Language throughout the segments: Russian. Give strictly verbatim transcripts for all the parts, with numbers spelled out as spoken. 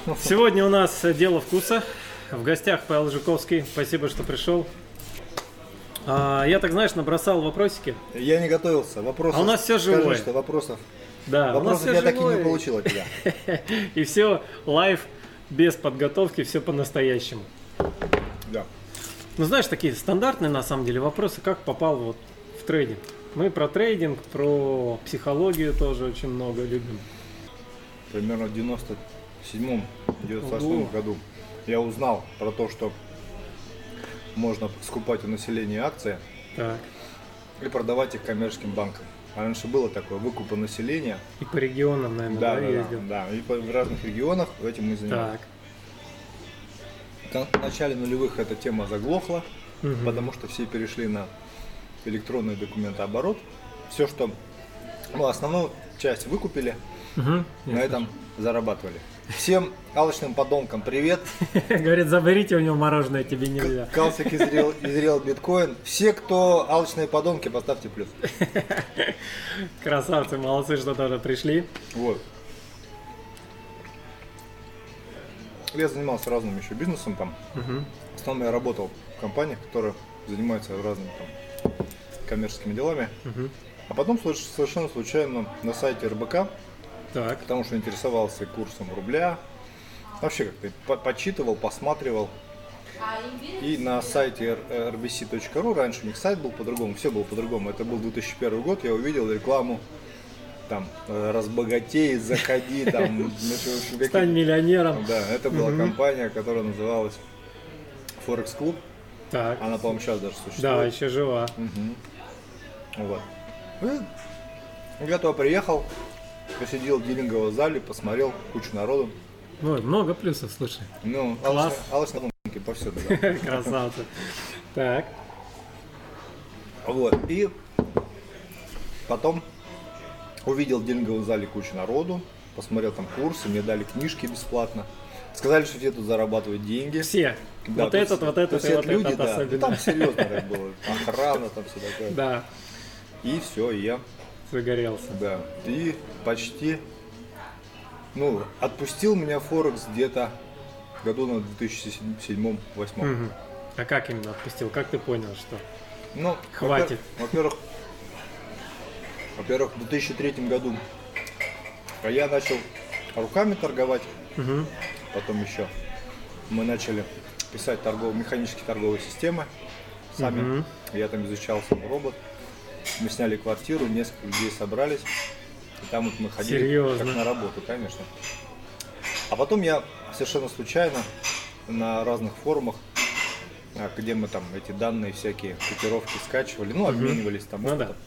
Сегодня у нас дело вкуса. В гостях Павел Жуковский. Спасибо, что пришел. А, я так, знаешь, набросал вопросики. Я не готовился. Вопросов. А у нас все живое. Скажи, что вопросов. Да, вопросов у нас я все так и не получил от тебя. И все лайв, без подготовки, все по-настоящему. Да. Ну, знаешь, такие стандартные, на самом деле, вопросы, как попал вот в трейдинг. Мы про трейдинг, про психологию тоже очень много любим. Примерно в девяносто седьмом — девяносто восьмом году я узнал про то, что можно скупать у населения акции Так. и продавать их коммерческим банкам. А раньше было такое, выкуп у населения. И по регионам, наверное, Да, да, да, ездил? да, да. И по- в разных регионах этим мы занимались. Так. В начале нулевых эта тема заглохла, Мгм. потому что все перешли на электронный документооборот. Все, что, ну, основную часть выкупили, Мгм. на этом зарабатывали. Всем алчным подонкам привет. Говорит, заберите у него мороженое, тебе нельзя. Калсик изрел, изрел биткоин. Все, кто алчные подонки, поставьте плюс. Красавцы, молодцы, что тоже пришли. Вот. Я занимался разным еще бизнесом там. Мгм. В основном я работал в компаниях, которые занимаются разными там коммерческими делами. Мгм. А потом слыш- совершенно случайно на сайте эр бэ ка, Так. потому что интересовался курсом рубля, вообще как-то по- подсчитывал, посматривал. И на сайте эр би си точка ру, раньше у них сайт был по-другому, все было по-другому. Это был две тысячи первый год, я увидел рекламу, там, э, разбогатей, заходи, там, ну, в общем, какие- Стань миллионером. Да, это была Мгм. компания, которая называлась Форекс Клуб. Так. Она, по-моему, сейчас даже Да, существует. еще жива. Мгм. Вот. И я туда приехал, посидел в дилинговом зале, посмотрел кучу народу. Ой, много плюсов, слушай. Ну, Класс. алчные подонки повсюду. Да. Красавцы. Так. Вот. И потом увидел в дилинговом зале кучу народу, посмотрел там курсы, мне дали книжки бесплатно. Сказали, что все тут зарабатывают деньги. Все. Да, Вот то этот, есть- вот то этот есть и это вот люди, этот да. Ну, особенно. там серьезно так было. Охрана, там все такое. Да, И все, и я, загорелся. да. И почти, ну, отпустил меня Форекс где-то году на две тысячи седьмом-восьмом. Мгм. А как именно отпустил? Как ты понял, что? Ну, Хватит. Во-первых, во-первых, в две тысячи третьем году я начал руками торговать, Мгм. потом еще мы начали писать торгов... механические торговые системы сами. Мгм. Я там изучал сам робот. Мы сняли квартиру, несколько людей собрались. И там вот мы ходили Серьезно? как на работу, конечно. А потом я совершенно случайно на разных форумах, а, где мы там эти данные всякие, котировки скачивали, ну, обменивались там Ну да. опытом.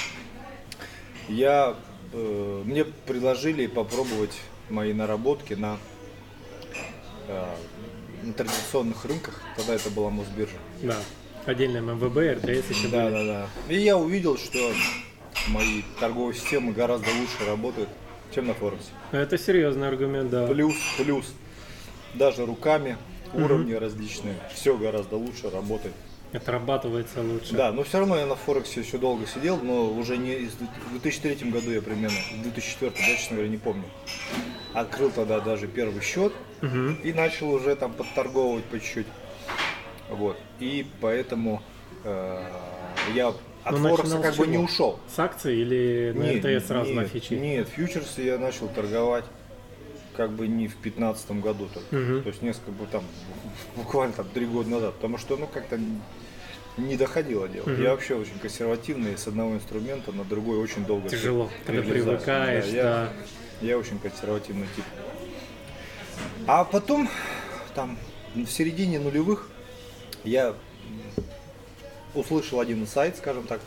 Я, э, мне предложили попробовать мои наработки на, э, на традиционных рынках, тогда это была Мосбиржа. Да. Отдельно эм вэ бэ, эр тэ эс еще Да, были. да, да. И я увидел, что мои торговые системы гораздо лучше работают, чем на Форексе. Это серьезный аргумент, да. Плюс, плюс, даже руками, уровни различные, все гораздо лучше работает. Отрабатывается лучше. Да, но все равно я на Форексе еще долго сидел, но уже не из- в две тысячи третьем году я примерно, в две тысячи четвёртом, я, честно говоря, не помню. Открыл тогда даже первый счет Мгм. и начал уже там подторговывать по чуть-чуть. Вот. И поэтому э, я от Но Форекса начинал как с бы не чего? ушел. С акций или на Нет, эр тэ эс сразу нет, на фичи? Нет, фьючерсы я начал торговать как бы не в пятнадцатом году только. Мгм. То есть несколько, бы там, буквально там три года назад. Потому что, ну, как-то не доходило дело. Мгм. Я вообще очень консервативный, с одного инструмента на другой очень долго. Тяжело, когда перелезаю. привыкаешь, я, да. я очень консервативный тип. А потом, там, в середине нулевых, я услышал один сайт, скажем так,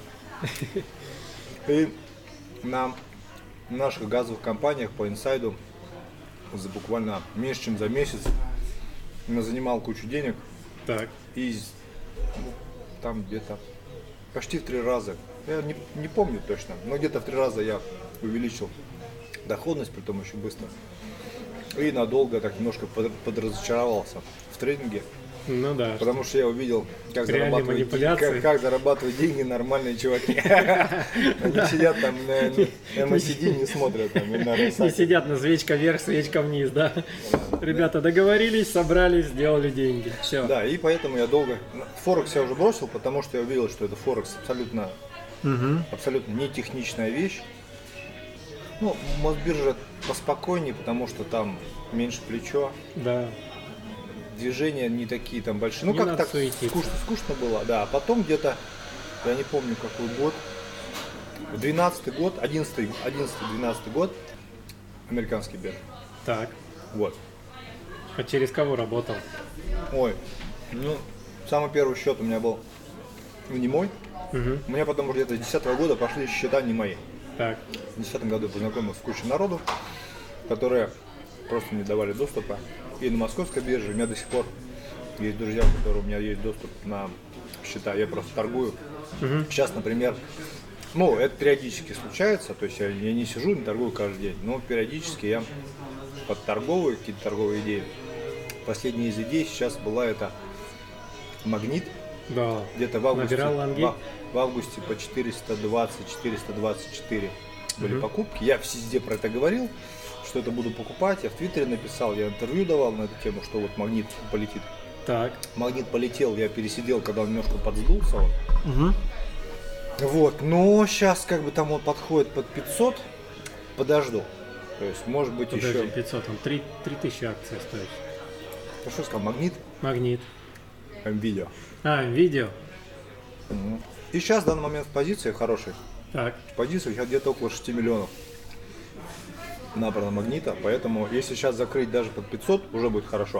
и на наших газовых компаниях по инсайду за буквально меньше, чем за месяц я занимал кучу денег Так. и ну, там где-то почти в три раза, я не, не помню точно, но где-то в три раза я увеличил доходность, при том очень быстро. И надолго так немножко под- подразочаровался в трейдинге. Ну да. Потому что я увидел, как Реальные зарабатывают, манипуляции. как, как зарабатывают деньги нормальные чуваки. Они сидят там на эм эс ди, не смотрят там. Не сидят на свечка вверх, свечка вниз, да? Ребята договорились, собрались, сделали деньги. Все. Да, и поэтому я долго... Форекс я уже бросил, потому что я увидел, что это Форекс абсолютно, Угу. абсолютно не техничная вещь. Ну, Мосбиржа поспокойнее, потому что там меньше плечо, Да. движения не такие там большие. Ну, Не как надо так суетиться. скучно, скучно было, да. А потом где-то, я не помню какой год, двенадцатый год, одиннадцатый, одиннадцатый, двенадцатый год, американский бирж. Так. Вот. А через кого работал? Ой, ну, самый первый счет у меня был не мой. Угу. У меня потом уже где-то с десятого года пошли счета не мои. Так. В десятом году я познакомился с кучей народу, которые просто не давали доступа. И на московской бирже у меня до сих пор есть друзья, у которых у меня есть доступ на счета. Я просто торгую. Угу. Сейчас, например, ну, это периодически случается, то есть я, я не сижу, не торгую каждый день, но периодически я подторговываю какие-то торговые идеи. Последняя из идей сейчас была это магнит. Да. Где-то в августе, Набирал лонги? в, в августе по четыреста двадцать - четыреста двадцать четыре были Мгм. покупки. Я везде про это говорил, что это буду покупать. Я в Твиттере написал, я интервью давал на эту тему, что вот магнит полетит. Так. Магнит полетел, я пересидел, когда он немножко подсдулся. Он. Угу. Вот, но сейчас как бы там он подходит под пятьсот, подожду. То есть, может быть, Подожди, еще... пятьсот, он три тысячи акций стоит. Ну, что сказал, магнит, Магнит. видео. А, видео. И сейчас в данный момент в позиции хорошей. Так. Позиция сейчас где-то около шести миллионов набрано магнита, поэтому если сейчас закрыть даже под пятьсот, уже будет хорошо.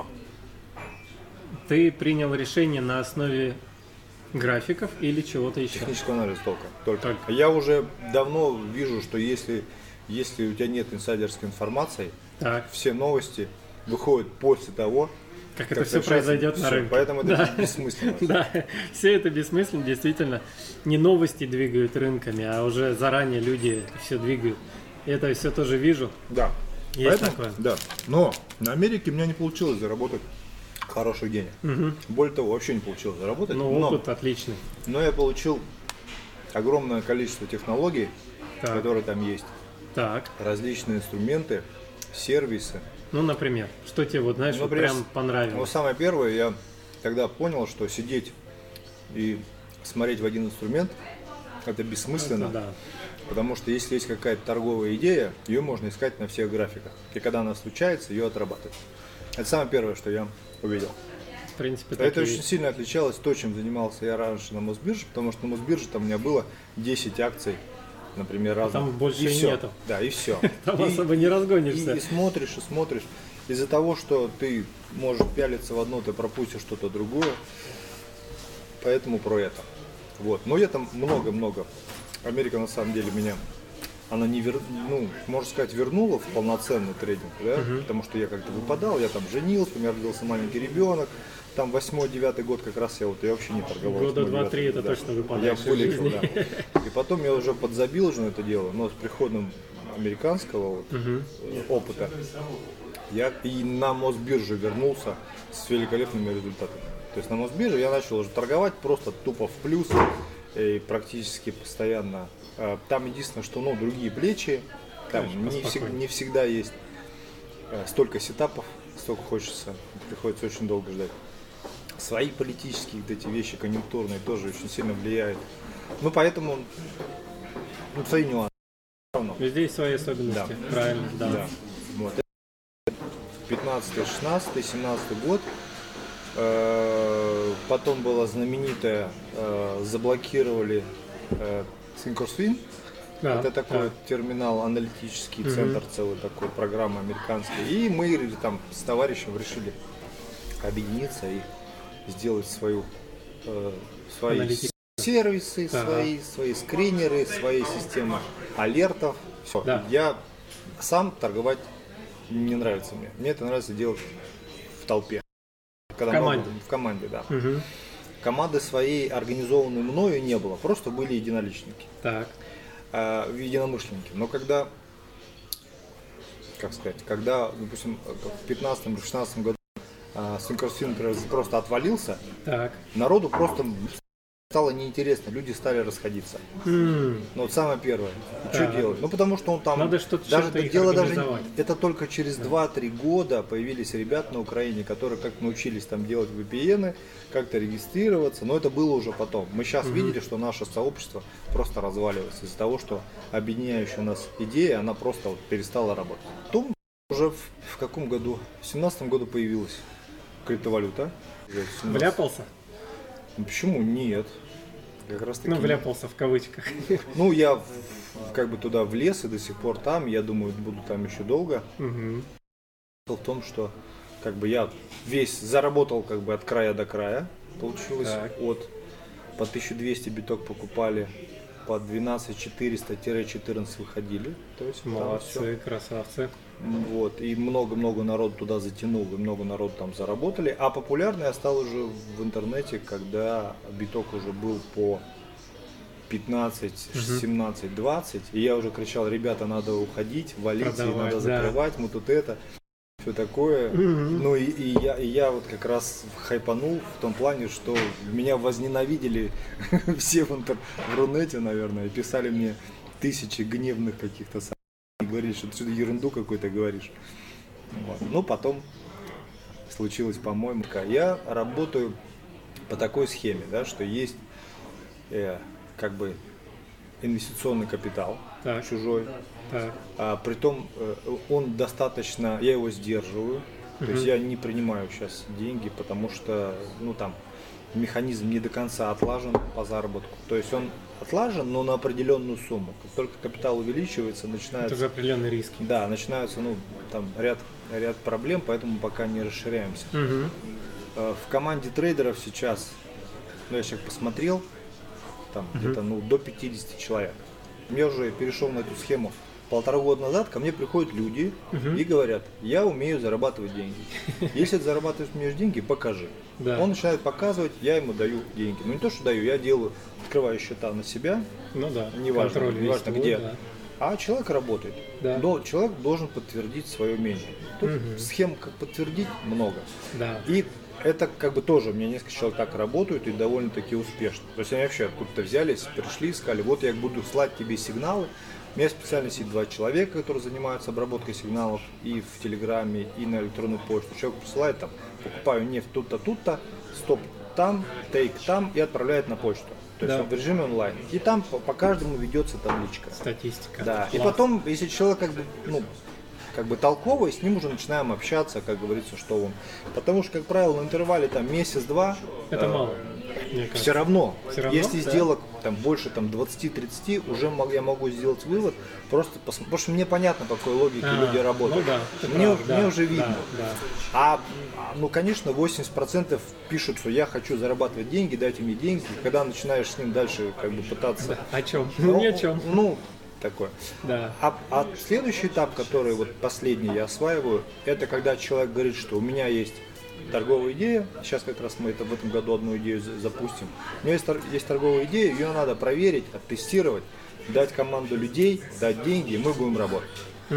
Ты принял решение на основе графиков или чего-то еще? Технического анализа только. только. Только. Я уже давно вижу, что если, если у тебя нет инсайдерской информации, Так. все новости выходят после того, Как это все совершается произойдет на всё. рынке. Поэтому это Да. бессмысленно. Да, все это бессмысленно, действительно. Не новости двигают рынками, а уже заранее люди все двигают. И это все тоже вижу. Да. Есть Поэтому- такое? Да. Но на Америке у меня не получилось заработать хороших денег. Мгм. Более того, вообще не получилось заработать. Ну, но, опыт отличный. но я получил огромное количество технологий, Так. которые там есть. Так. Различные инструменты, сервисы. Ну, например, что тебе вот, знаешь, вот Например, прям Ну, понравилось? самое первое, я тогда понял, что сидеть и смотреть в один инструмент это бессмысленно. Это да. Потому что если есть какая-то торговая идея, ее можно искать на всех графиках. И когда она случается, ее отрабатывать. Это самое первое, что я увидел. В принципе, Это такие- очень сильно отличалось то, чем занимался я раньше на Мосбирже, потому что на Мосбирже там у меня было десять акций, например, разных. там больше и и всё. нету. Да, и все. Там и, особо не разгонишься. и- и смотришь, и смотришь. Из-за того, что ты можешь пялиться в одно, ты пропустишь что-то другое. Поэтому про это. Вот. Но я там много-много. Америка на самом деле меня, она не вер... ну, можно сказать, вернула в полноценный трейдинг, да? Потому что я как-то выпадал, я там женился, у меня родился маленький ребенок. Там восьмой-девятый год как раз я вот я вообще не торговал. Года восьмой, два-три девятый, это да. точно выпадаешь Я из вылетел, жизни. да. И потом я уже подзабил уже на это дело, но с приходом американского вот, Мгм. э, опыта я и на Мосбиржу вернулся с великолепными результатами. То есть на Мосбирже я начал уже торговать просто тупо в плюс и практически постоянно. Э, Там единственное, что ну, другие плечи, там Конечно, не, всег- поспокойнее. не всегда есть э, столько сетапов, столько хочется, приходится очень долго ждать. Свои политические вот эти вещи, конъюнктурные, тоже очень сильно влияют. Ну, поэтому ну, свои нюансы. Всё равно. Везде есть свои особенности. Да. Правильно, да. Да. Вот. пятнадцатый, шестнадцатый, семнадцатый год. Э, Потом было знаменитое, э, заблокировали э, Thinkorswim. Да, Это такой да. терминал, аналитический Мгм. центр, целый такой, программа американская. И мы там с товарищем решили объединиться и сделать свою, э, свои Аналитик- сервисы, Ага. свои, свои скринеры, свои системы алертов. Все. Да. Я сам торговать не нравится мне. Мне это нравится делать в толпе. Когда В команде. много- в команде, да. Мгм. Команды своей организованной мною не было, просто были единоличники, Так. э, единомышленники. Но когда, как сказать, когда, допустим, в пятнадцатом-шестнадцатом году а, Синкросвин просто отвалился, Так. народу просто стало неинтересно, люди стали расходиться. М, Ну вот самое первое. И что Так. делать? Ну потому что он там... Надо что-то, даже что-то их дело даже организовать. это только через два-три года появились ребята на Украине, которые как научились там делать ви пи эн, как-то регистрироваться, но это было уже потом. Мы сейчас видели, что наше сообщество просто разваливается из-за того, что объединяющая нас идея, она просто вот перестала работать. Потом уже в, в каком году? В семнадцатом году появилась криптовалюта. Уже в семнадцатом. Вляпался? Ну, почему нет? Как раз таки. Ну, вляпался в кавычках. Ну, я в- в- как бы туда влез и до сих пор там, я думаю, буду там еще долго. Мгм. Дело в том, что как бы я весь заработал как бы от края до края, получилось Так. от по тысяча двести биток покупали, по двенадцать четыреста четырнадцать выходили, то есть там всё. Молодцы, красавцы. Вот, и много-много народу туда затянул, и много народу там заработали. А популярный я стал уже в интернете, когда биток уже был по пятнадцать, семнадцать, двадцать. И я уже кричал: ребята, надо уходить, валить, и Продавать, надо да. закрывать, мы тут это, все такое. Мгм. Ну и, и я, и я вот как раз хайпанул в том плане, что меня возненавидели все в, интер... в Рунете, наверное, и писали мне тысячи гневных каких-то со- и говорили, что ты ерунду какую-то говоришь. Вот. Ну, потом случилось, по-моему, такая. Я работаю по такой схеме, да, что есть э, как бы инвестиционный капитал Так. чужой, Так. а, притом э, он достаточно, я его сдерживаю, то есть я не принимаю сейчас деньги, потому что, ну там, механизм не до конца отлажен по заработку, то есть он отлажен, но на определенную сумму. Как только капитал увеличивается, Это начинается, же определенные риски. да, начинаются, ну, там ряд, ряд проблем, поэтому пока не расширяемся. Мгм. Э, В команде трейдеров сейчас, ну я сейчас посмотрел, там где-то ну, до пятидесяти человек. Я уже перешел на эту схему полтора года назад, ко мне приходят люди и говорят: я умею зарабатывать деньги. Если ты зарабатываешь умеешь деньги, покажи. Да. Он начинает показывать, я ему даю деньги. Ну не то, что даю, я делаю, открываю счета на себя, Ну да. неважно, контроль весь неважно твой, где. да. А человек работает. Да. Но человек должен подтвердить свое умение. Тут схем, как подтвердить, много. Да. И это как бы тоже, у меня несколько человек так работают и довольно-таки успешно. То есть они вообще откуда-то взялись, пришли, сказали: вот я буду слать тебе сигналы. У меня специально сидит два человека, которые занимаются обработкой сигналов и в Телеграме, и на электронную почту. Человек присылает там: покупаю нефть тут-то, тут-то, стоп там, тейк там, и отправляет на почту. То есть Да. в режиме онлайн. И там по, по каждому ведется табличка. Статистика. Да. И Класс. потом, если человек как бы, ну, как бы толковый, с ним уже начинаем общаться, как говорится, что он. Потому что, как правило, на интервале там месяц-два. Это э, мало, мне кажется. Все равно, Всё равно, если да. сделок там больше там двадцати-тридцати, уже мог- я могу сделать вывод, просто пос- потому что мне понятно, по какой логике А, люди работают. Ну да, это мне, правда, мне да, уже видно. Да, да. А, а, ну, конечно, восемьдесят процентов пишут, что я хочу зарабатывать деньги, дайте мне деньги. И когда начинаешь с ним дальше как бы пытаться... О чем? Ну, ни о чем. Ну, такое. Да. А, а следующий этап, который вот последний я осваиваю, это когда человек говорит, что у меня есть торговая идея. Сейчас как раз мы это в этом году одну идею за- запустим. У меня есть, тор- есть торговая идея, ее надо проверить, оттестировать, дать команду людей, дать деньги, и мы будем работать.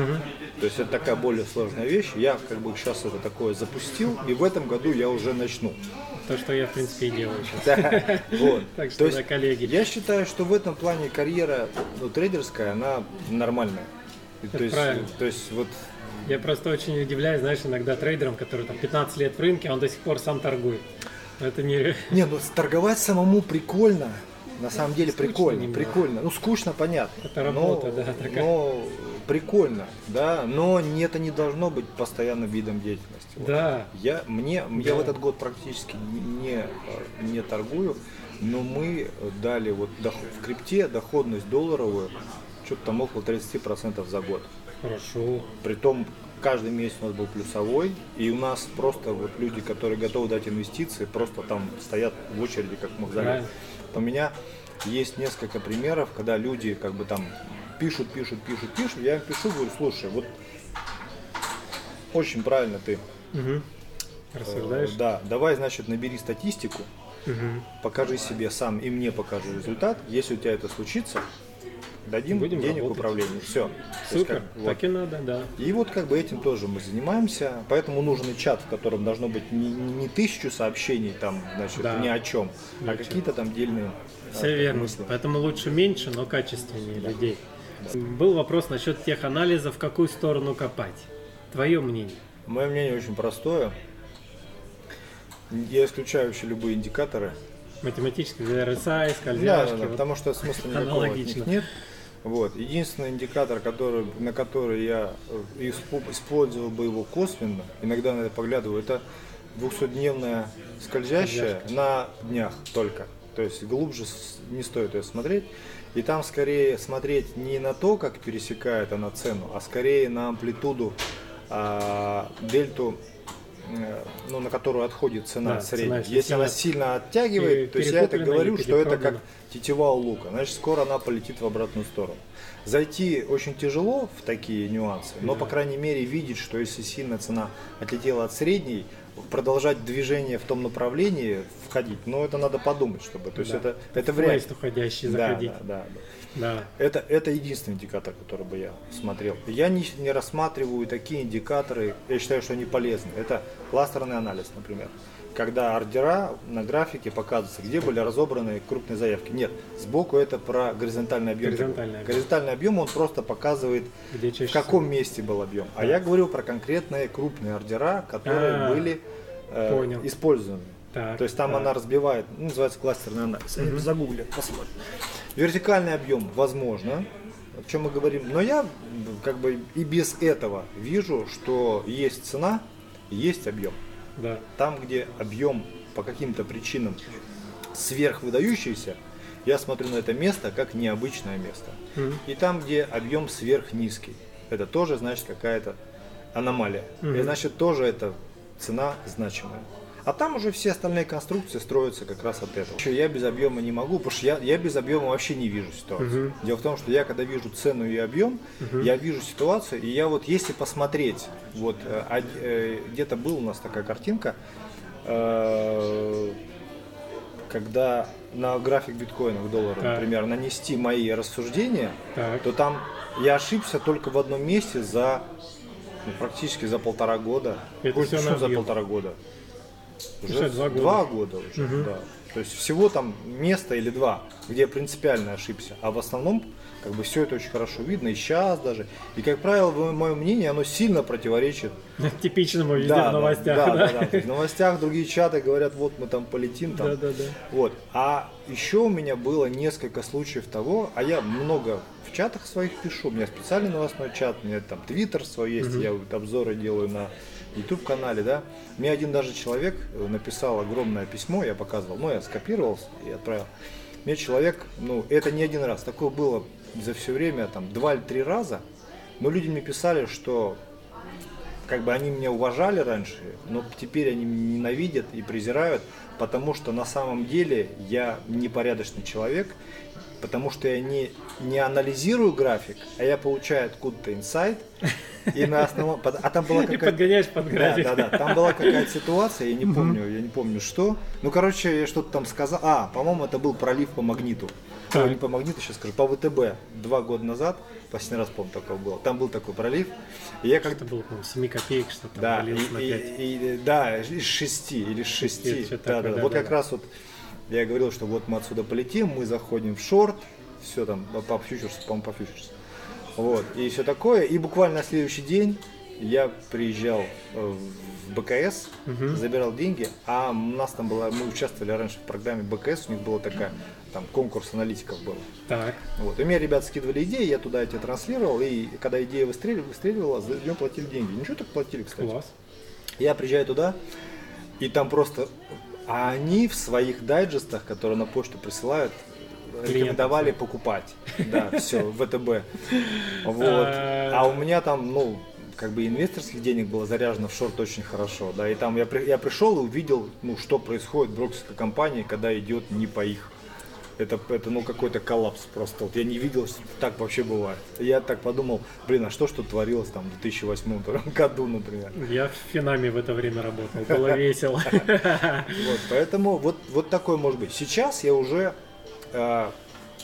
То есть это такая более сложная вещь. Я как бы сейчас это такое запустил, и в этом году я уже начну. То, что я, в принципе, и делаю сейчас. Да, вот. Так что, То есть да, коллеги. я считаю, что в этом плане карьера, ну, трейдерская, она нормальная. И то есть, правильно. то есть вот Я просто очень удивляюсь, знаешь, иногда трейдерам, которые там пятнадцать лет в рынке, а он до сих пор сам торгует. Это не... не, ну торговать самому прикольно. На самом деле Скучно прикольно, немного. прикольно. Ну скучно, понятно. Это работа, но, да, такая. Но прикольно, да. Но не- это не должно быть постоянным видом деятельности. Вот. Да. Я, мне, я Да. в этот год практически не, не торгую, но мы дали вот доход, в крипте доходность долларовую что-то там около тридцати процентов за год. Хорошо. Притом каждый месяц у нас был плюсовой, и у нас просто вот люди, которые готовы дать инвестиции, просто там стоят в очереди, как в Мавзолее. Правильно. У меня есть несколько примеров, когда люди как бы там пишут, пишут, пишут, пишут, я им пишу, говорю: слушай, вот очень правильно ты Угу. э, Рассуждаешь? да, давай, значит, набери статистику, Мгм. покажи себе сам и мне покажи результат. Если у тебя это случится, Дадим Будем денег работать. управлению. Все. Супер, так и надо, да. И вот как бы этим тоже мы занимаемся, поэтому нужен и чат, в котором должно быть не, не тысячу сообщений там, значит, Да. ни о чем, Ни а о чем. какие-то там дельные Все а, верно. мысли. Поэтому лучше меньше, но качественнее людей. Был вопрос насчет тех анализов, в какую сторону копать. Твое мнение. Мое мнение очень простое. Я исключаю вообще любые индикаторы. Математический эр эс ай, Да, скользяшки. да, да, вот. потому что смысла никакого от Аналогично. них нет. Вот. Единственный индикатор, который, на который я э, испо- использовал бы его косвенно, иногда на это поглядываю, это двухсотдневная скользящая Скользяшка. на днях только. То есть глубже с- не стоит ее смотреть. И там скорее смотреть не на то, как пересекает она цену, а скорее на амплитуду, а, дельту, э, ну, на которую отходит цена Да, средняя. цена, если Если она сильно сильно оттягивает, пере- то есть я это перекуплена говорю, или что это как перепродана. тетива у лука, значит скоро она полетит в обратную сторону. Зайти очень тяжело в такие нюансы, но Да. по крайней мере видеть, что если сильно цена отлетела от средней, продолжать движение в том направлении, входить, но это надо подумать, чтобы, то есть Да. это, это В вряд поезд уходящий Да, заходить. да, да, да. Да. Это, это единственный индикатор, который бы я смотрел. Я не, не рассматриваю такие индикаторы, я считаю, что они полезны. Это кластерный анализ, например. Когда ордера на графике показываются, где были разобраны крупные заявки. Нет, сбоку это про горизонтальный объем. Горизонтальный объем. Горизонтальный объем, он просто показывает, Где чаще в каком всего. месте был объем. А Да. я говорю про конкретные крупные ордера, которые А, были э, понял. использованы. Так, То есть там так. она разбивает, ну, называется кластерный анализ. Они загуглят, посмотрят. Вертикальный объем, возможно, о чем мы говорим. Но я как бы и без этого вижу, что есть цена, есть объем. Да. Там, где объем по каким-то причинам сверхвыдающийся, я смотрю на это место как необычное место. Мгм. И там, где объем сверхнизкий, это тоже значит какая-то аномалия. Мгм. И значит тоже это цена значимая. А там уже все остальные конструкции строятся как раз от этого. Еще я без объема не могу, потому что я, я без объема вообще не вижу ситуацию. Мгм. Дело в том, что я когда вижу цену и объем, я вижу ситуацию, и я вот если посмотреть, вот э, од- э, где-то была у нас такая картинка, э, когда на график биткоина к доллару, Так. например, нанести мои рассуждения, Так. то там я ошибся только в одном месте за ну, практически за полтора года. Это Ой, всё что на за объем. полтора года? Уже Уже два года. два года уже, Мгм. да. То есть всего там место или два, где я принципиально ошибся. А в основном как бы все это очень хорошо видно, и сейчас даже. И, как правило, мое мнение, оно сильно противоречит. Типичному везде Да, в новостях. Да, Да, да, да, да. В новостях другие чаты говорят, вот мы там полетим. Там. да, да, да. Вот. А еще у меня было несколько случаев того, а я много в чатах своих пишу, у меня специальный новостной чат, у меня там твиттер свой есть, я вот обзоры делаю на YouTube канале, да. Мне один даже человек написал огромное письмо, я показывал, ну я скопировал и отправил. Мне человек, ну это не один раз, такое было за все время, там два или три раза, но люди мне писали, что как бы они меня уважали раньше, но теперь они меня ненавидят и презирают, потому что на самом деле я непорядочный человек, потому что я не, не анализирую график, а я получаю откуда-то инсайт, и на основном, а там была И какая-то... подгоняешь под Да, график. да, да, там была какая-то ситуация, я не помню, я не помню что. Ну, короче, я что-то там сказал. А, по-моему, это был пролив по магниту. Так. Ой, не по магниту, сейчас скажу, по ВТБ два года назад, последний раз, помню, такого было. Там был такой пролив. И я как Это было, по-моему, семь копеек, что там да, валилось и, на и- пять. и- да, из шести или с шести. что-то Да, такое, да, да, вот да, как да. раз вот я говорил, что вот мы отсюда полетим, мы заходим в шорт, все там по фьючерсу, по-моему, по фьючерсу. Вот, и все такое. И буквально на следующий день я приезжал э, в БКС, забирал деньги, а у нас там была, мы участвовали раньше в программе БКС, у них была такая, там конкурс аналитиков был. Так. Вот. И мне ребята скидывали идеи, я туда эти транслировал, и когда идея выстрелила, выстреливала, за нее платили деньги. Ничего так платили, кстати. Класс. Я приезжаю туда, и там просто... А они в своих дайджестах, которые на почту присылают, рекомендовали покупать. Да, все, ВТБ. Вот. А у меня там, ну, как бы инвесторских денег было заряжено в шорт очень хорошо. Да, и там я, при- я пришел и увидел, ну, что происходит в брокерской компании, когда идет не по их. Это, это ну какой-то коллапс просто. Вот я не видел, что так вообще бывает. Я так подумал, блин, а что ж тут творилось там в две тысячи восьмом году, например. Я в Финаме в это время работал, было весело. Вот, поэтому вот, вот такое может быть. Сейчас я уже э,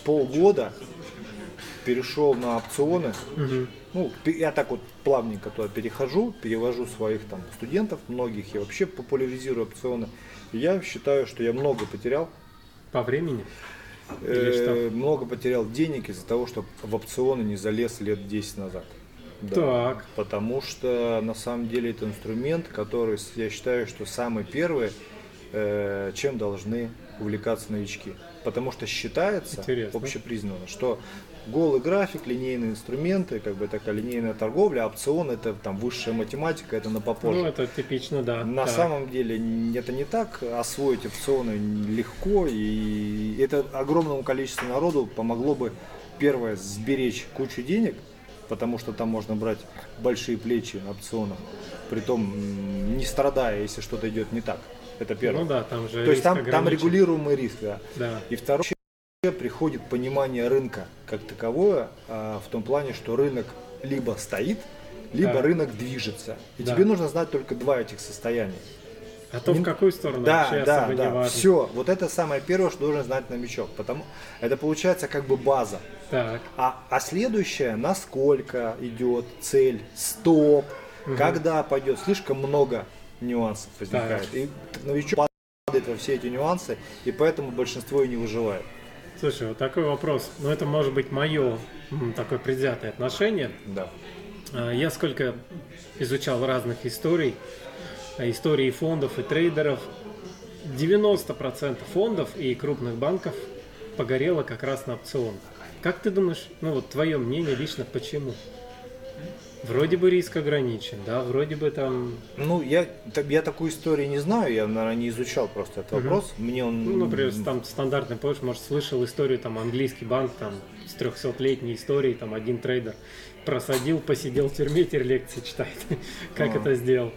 полгода перешел на опционы. Мгм. Ну, пе- я так вот плавненько туда перехожу, перевожу своих там студентов, многих, и вообще популяризирую опционы. И я считаю, что я много потерял. По времени? Или что? Э, много потерял денег из-за того, что в опционы не залез лет десять назад. Да. Так. Потому что на самом деле это инструмент, который, с- я считаю, что самый первый, э, чем должны увлекаться новички. Потому что считается Интересно. общепризнанно, что голый график, линейные инструменты, как бы такая линейная торговля, а опцион это там высшая математика, это на попозже. Ну, это типично, да. На Так. самом деле н- это не так, освоить опционы легко, и это огромному количеству народу помогло бы, первое, сберечь кучу денег, потому что там можно брать большие плечи на опционах, притом м, не страдая, если что-то идет не так. Это первое. Ну да, там же То есть там, риск там ограничен. регулируемый риск, да. Да. И второе, приходит понимание рынка как таковое, а, в том плане, что рынок либо стоит, либо Так. рынок движется. И Да. тебе нужно знать только два этих состояния. А то в Не- какую сторону Да, вообще да, особо не да. важно. Все. Вот это самое первое, что должен знать новичок. Потому это получается как бы база. Так. А, а следующее, насколько идет цель, стоп, когда пойдет, слишком много нюансов возникает. И новичок падает во все эти нюансы, и поэтому большинство и не выживает. Слушай, вот такой вопрос. Ну, это может быть мое м, такое предвзятое отношение. Да. А, Я сколько изучал разных историй, а, истории фондов и трейдеров, девяносто процентов фондов и крупных банков погорело как раз на опционах. Как ты думаешь, ну вот твое мнение лично, почему? Вроде бы риск ограничен, да, вроде бы там, Ну, я, та- я такую историю не знаю, я, наверное, не изучал просто этот вопрос. Мне он... ну, например, там стандартный, помнишь, может, слышал историю, там, английский банк, там, с трехсотлетней историей, там, один трейдер просадил, посидел в тюрьме, теперь лекции читает, как А. это сделал.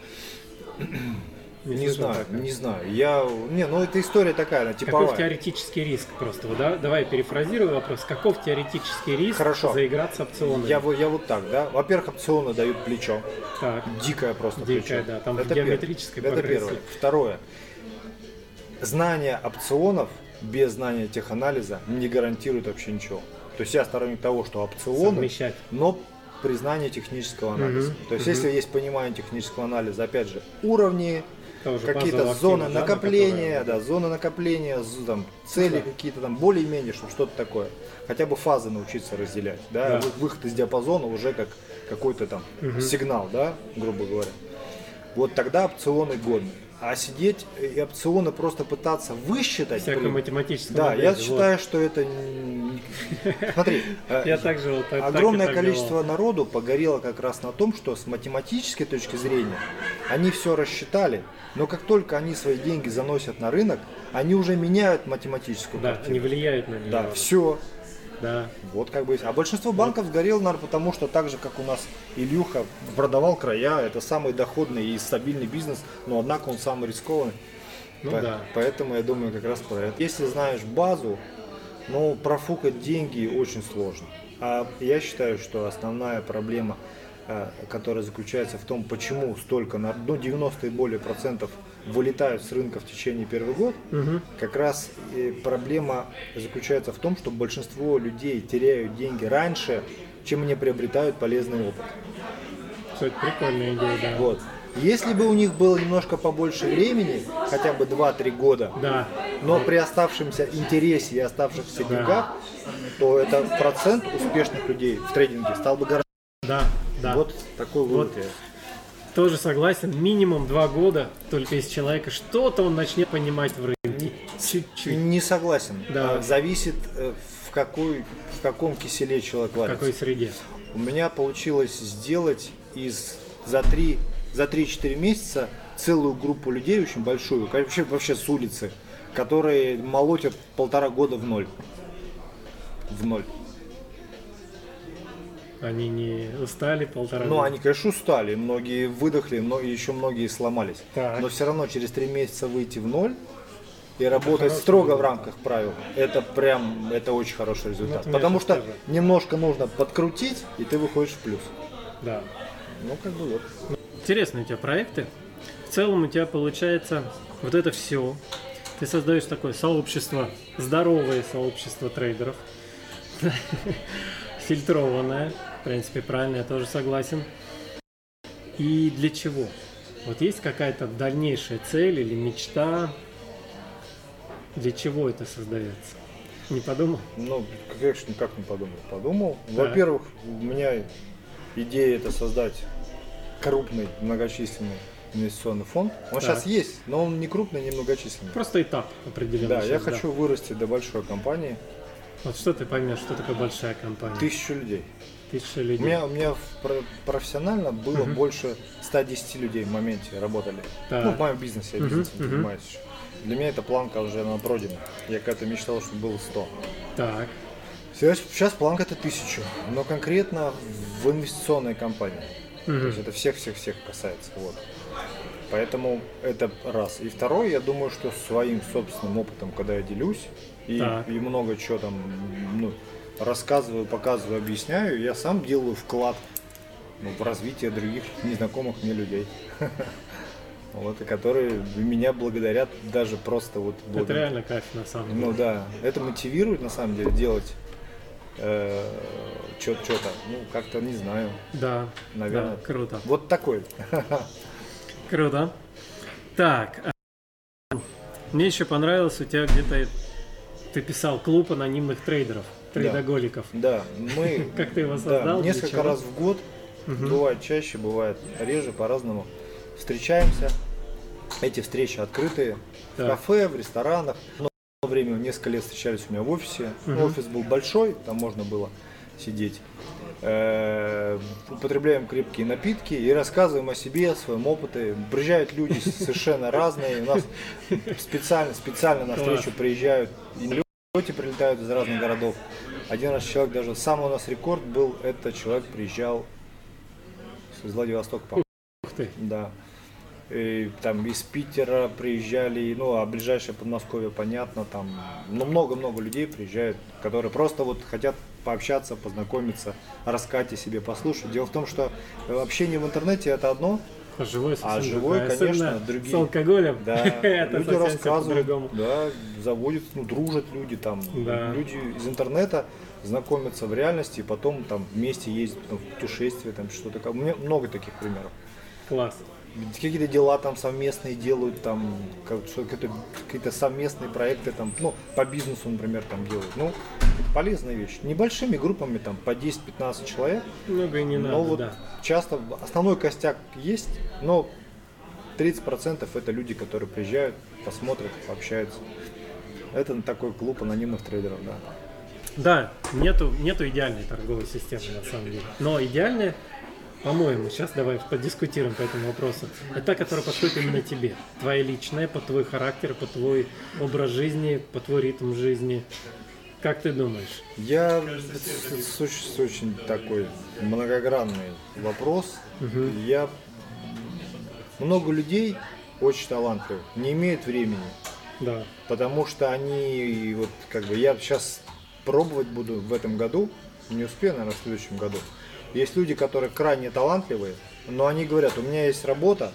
Не слышал знаю, такое. не знаю. Я... Не, ну, эта история такая, она типовая. Каков теоретический риск просто? Вот, да? Давай перефразирую вопрос. Каков теоретический риск Хорошо. заиграться опционами? Я, вот- я вот так, да. Во-первых, опционы дают плечо. Так, Дикое просто Дикое, плечо. да, там в Это пер- геометрической Это прогрессии. первое. Второе. Знание опционов без знания теханализа не гарантирует вообще ничего. То есть я сторонник того, что опционы, совмещать. но при знании технического анализа. Мгм, То есть мгм. если есть понимание технического анализа, опять же, уровни, Тоже какие-то базового зоны актива, да, на накопления, которые- да, зоны накопления, з- там, цели Да. какие-то там более-менее, чтобы что-то такое. Хотя бы фазы научиться разделять, да, Да. Вы- выход из диапазона уже как какой-то там Мгм. сигнал, да, грубо говоря. Вот тогда опционы годны. А сидеть и опционы просто пытаться высчитать. Всякую блин, математическую Да, модель, я вот. считаю, что это... не- Смотри, э, Я также вот так- так и огромное так количество делал. народу погорело как раз на том, что с математической точки зрения они все рассчитали, но как только они свои деньги заносят на рынок, они уже меняют математическую Да, картину. они влияют на нее. Да, все. Да. Вот как бы. есть. А большинство банков сгорело, наверное, потому что так же, как у нас Ильюха продавал края, это самый доходный и стабильный бизнес, но однако он самый рискованный. Ну По- да. Поэтому я думаю как раз про это. Если знаешь базу, ну, профукать деньги очень сложно. А я считаю, что основная проблема, э, которая заключается в том, почему столько, на- ну, девяносто и более процентов вылетают с рынка в течение первого года, Мгм. как раз э, проблема заключается в том, что большинство людей теряют деньги раньше, чем они приобретают полезный опыт. Кстати, прикольная идея, да. Вот. Если бы у них было немножко побольше времени, хотя бы два-три года, Да. но при оставшемся интересе и оставшихся Да. деньгах, то это процент успешных людей в трейдинге стал бы гораздо. Да, да. Вот такой вывод. я. Тоже согласен, минимум два года, только из человека что-то он начнет понимать в рынке. Чуть-чуть. Не согласен. Да. А, Зависит, э, в, какой, в каком киселе человек В варится. какой среде. У меня получилось сделать из за три за три-четыре месяца целую группу людей, очень большую, ко- вообще, вообще с улицы, которые молотят полтора года в ноль. В ноль. Они не устали полтора Ну, года. они, конечно, устали, многие выдохли, но еще многие сломались. Так. Но все равно через три месяца выйти в ноль и работать хороший строго в результат. рамках правил, это прям, это очень хороший результат. Ну, это Потому мне что тоже. немножко нужно подкрутить, и ты выходишь в плюс. Да. Ну, как бы вот. Интересные у тебя проекты. В целом у тебя получается вот это все. Ты создаешь такое сообщество, здоровое сообщество трейдеров. фильтрованная. В принципе, правильно, я тоже согласен. И для чего? Вот есть какая-то дальнейшая цель или мечта? Для чего это создается? Не подумал? Ну, конечно, никак не подумал. Подумал. Да. Во-первых, у меня идея это создать крупный, многочисленный инвестиционный фонд. Он Так. сейчас есть, но он не крупный, не многочисленный. Просто этап определенный. Да, я сейчас, хочу вырасти до большой компании. Вот что ты поймешь, что такое большая компания? Тысячу людей. Тысяча У людей. меня, у меня в про- профессионально было Мгм. больше ста десяти людей в моменте работали. Так. Ну, в моем бизнесе, я Мгм, бизнесом мгм. занимаюсь еще. Для меня эта планка уже она пройдена. Я когда-то мечтал, чтобы было сто. Так. Сейчас, сейчас планка это тысяча, но конкретно в инвестиционной компании. Мгм. То есть это всех-всех-всех касается. Вот. Поэтому это раз. И второй, я думаю, что своим собственным опытом, когда я делюсь и, Так. и много чего там ну, рассказываю, показываю, объясняю, я сам делаю вклад ну, в развитие других незнакомых мне людей. Вот, и которые меня благодарят даже просто вот Это благодаря- реально кайф на самом деле. Ну да, это мотивирует на самом деле делать э, что-то, ну как-то не знаю, Да, наверное. да, круто. Вот такой. Круто. Так, а, мне еще понравилось, у тебя где-то ты писал клуб анонимных трейдеров, трейдоголиков. Да, мы Как ты его да, создал? Для несколько чего? раз в год, Мгм. бывает чаще, бывает реже, по-разному, встречаемся. Эти встречи открытые в Так. кафе, в ресторанах. Но одно время, несколько лет встречались у меня в офисе. Мгм. Офис был большой, там можно было сидеть. Э, Употребляем крепкие напитки и рассказываем о себе, о своем опыте. Приезжают люди совершенно разные. У нас специально, специально на Класс. встречу приезжают и люди прилетают из разных городов. Один раз человек, даже самый у нас рекорд был, это человек приезжал из Владивостока, по-моему. Ух ты. Да. И, там из Питера приезжали, ну, а ближайшее Подмосковье, понятно, там, ну, много-много людей приезжают, которые просто вот хотят пообщаться, познакомиться, рассказать о себе, послушать. Дело в том, что общение в интернете это одно, А живой совсем а живой, другая. конечно, Особенно другие. с алкоголем. Да, Это люди совсем всё рассказывают, по-другому. да, заводят, ну, дружат люди там, Да. люди из интернета знакомятся в реальности, и потом там вместе ездят ну, в путешествия, там что-то. такое. У меня много таких примеров. Класс. Какие-то дела там совместные делают, там как- что- какие-то, какие-то совместные проекты там, ну, по бизнесу, например, там делают. Ну, это полезная вещь. Небольшими группами, там, по десять-пятнадцать человек. Много и не но надо, вот да. часто основной костяк есть, но тридцать процентов это люди, которые приезжают, посмотрят, пообщаются. Это такой клуб анонимных трейдеров, да. Да, нету, нету идеальной торговой системы на самом деле. Но идеальная, по-моему, сейчас давай подискутируем по этому вопросу. Это та, которая подходит именно тебе. Твоя личная, под твой характер, под твой образ жизни, под твой ритм жизни. Как ты думаешь? Я это с- с- с очень такой многогранный вопрос. Мгм. Я много людей очень талантливых не имеют времени, Да. потому что они вот как бы я сейчас пробовать буду в этом году, не успею, наверное, в следующем году. Есть люди, которые крайне талантливые, но они говорят, у меня есть работа.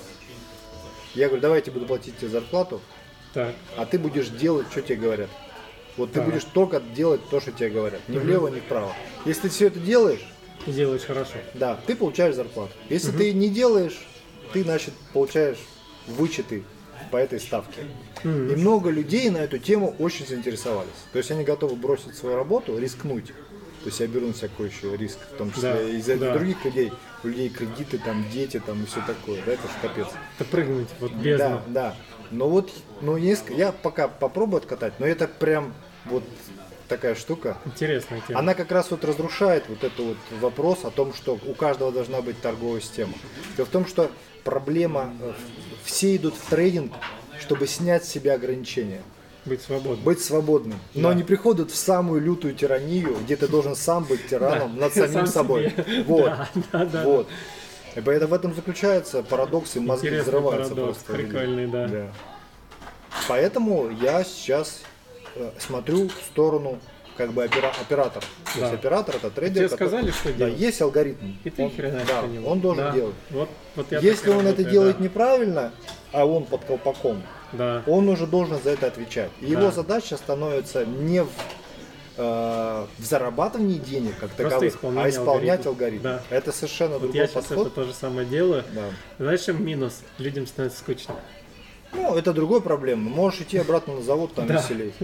Я говорю, давайте буду платить тебе зарплату, Так. а ты будешь делать, что тебе говорят. Вот ты Так. будешь только делать то, что тебе говорят. Ни Мгм. влево, ни вправо. Если ты все это делаешь, И делаешь хорошо. да, ты получаешь зарплату. Если ты не делаешь, ты, значит, получаешь вычеты по этой ставке. Мгм. И много людей на эту тему очень заинтересовались. То есть они готовы бросить свою работу, рискнуть. То есть я беру на себя какой еще риск, в том числе Да, и из-за да. других людей. У людей кредиты, там дети, там и все такое. Да, это же капец. Это прыгнуть вот бездну. Да, да. Но вот, ну, несколько, я пока попробую откатать, но это прям вот такая штука. Интересная тема. Она как раз вот разрушает вот этот вот вопрос о том, что у каждого должна быть торговая система. Дело в том, что проблема, э, все идут в трейдинг, чтобы снять с себя ограничения, Быть свободным. быть свободным. Но Да. они приходят в самую лютую тиранию, где ты должен сам быть тираном Да. над самим Сам собой. себе. Вот. Да, да, да. Вот. И поэтому в этом заключается парадокс, и мозги Интересный взрываются парадокс, просто. прикольный, да. Поэтому я сейчас э, смотрю в сторону как бы опера- оператора. То Да. есть оператор это трейдер. Тебе который- сказали, что Да, делать? есть алгоритм. И ты Он- хренаешь да, по нему. он должен Да. делать. Вот, вот я Если так и он это работаю, делает да. неправильно, а он под колпаком, Да. он уже должен за это отвечать. И Да. его задача становится не в, э, в зарабатывании денег как Просто таковых, а исполнять алгоритм. Да. Это совершенно Вот другой я сейчас подход. это то же самое делаю. Да. Знаешь, чем минус? Людям становится скучно. Ну, это другая проблема. Можешь идти обратно на завод, там Да. веселей.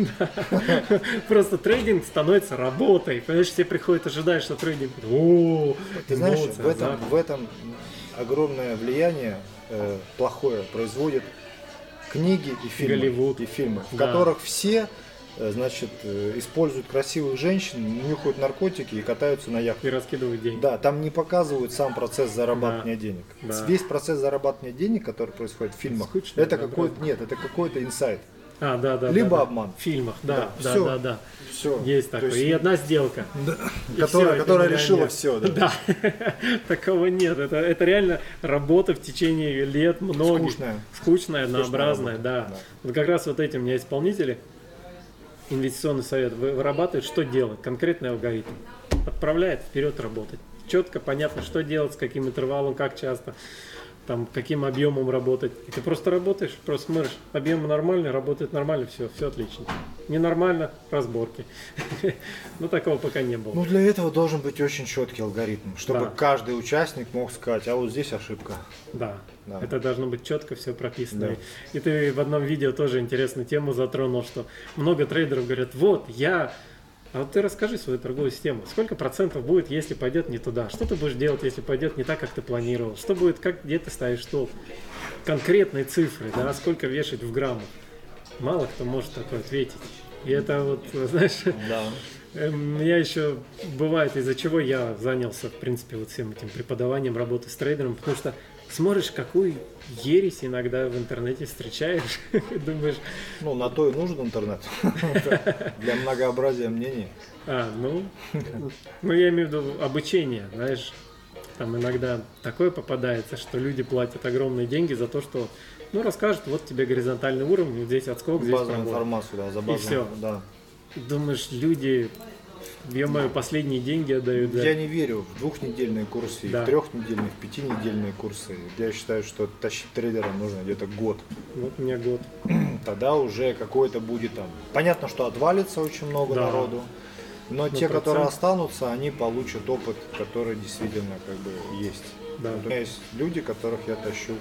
Просто трейдинг становится работой. Понимаешь, все приходят, ожидают, что трейдинг. О, Ты знаешь, эмоции, в этом, азарт. в этом огромное влияние э, плохое производят книги и фильмы, Голливуд. и фильмы, в Да. которых все э, значит, э, используют красивых женщин, нюхают наркотики и катаются на яхтах. И раскидывают деньги. Да, там не показывают сам процесс зарабатывания Да. денег. Да. Весь процесс зарабатывания денег, который происходит в фильмах, Скучно, это да, какой-то правда. нет, это какой-то инсайт. А, да, да. Либо да, да. обман. В фильмах, да, да, всё. да, да. Все. Есть такое. И одна сделка. И которая всё, которая это решила миллионер. все. Да. Да, такого нет. Это, это реально работа в течение лет многих. Скучная. Скучная, однообразная, работа, да. да. Вот как раз вот эти у меня исполнители, инвестиционный совет, вы- вырабатывает, что делать, конкретный алгоритм. Отправляет вперед работать. Четко, понятно, что делать, с каким интервалом, как часто, там, каким объемом работать. И ты просто работаешь, просто смотришь, объем нормальный, работает нормально, все, все отлично. Ненормально, разборки. Ну, такого пока не было. Ну, для этого должен быть очень четкий алгоритм, чтобы Да. каждый участник мог сказать, а вот здесь ошибка. Да, Да. это должно быть четко все прописано. Да. И ты в одном видео тоже интересную тему затронул, что много трейдеров говорят, вот, я... А вот ты расскажи свою торговую систему. Сколько процентов будет, если пойдет не туда? Что ты будешь делать, если пойдет не так, как ты планировал? Что будет, как, где ты ставишь стоп? Конкретные цифры, да, сколько вешать в граммах? Мало кто может такое ответить. И это вот, знаешь, Да. Э, У меня еще бывает, из-за чего я занялся, в принципе, вот всем этим преподаванием работы с трейдером, потому что смотришь, какую ересь иногда в интернете встречаешь, и думаешь, Ну, на то и нужен интернет. Для многообразия мнений. а, ну, ну, я имею в виду обучение, знаешь, там иногда такое попадается, что люди платят огромные деньги за то, что, ну, расскажут, вот тебе горизонтальный уровень, вот здесь отскок, здесь Базовую пробой. информацию, да, за всё. базовую. Да. Думаешь, люди, ё-моё, последние деньги отдают за... Я не верю в двухнедельные курсы, и Да. в трехнедельные, в пятинедельные курсы. Я считаю, что тащить трейдера нужно где-то год. Вот у меня год. Тогда уже какой-то будет там. Понятно, что отвалится очень много Да. народу, но Ну, те, которые процент. останутся, они получат опыт, который действительно как бы есть. Да. Вот у меня есть люди, которых я тащу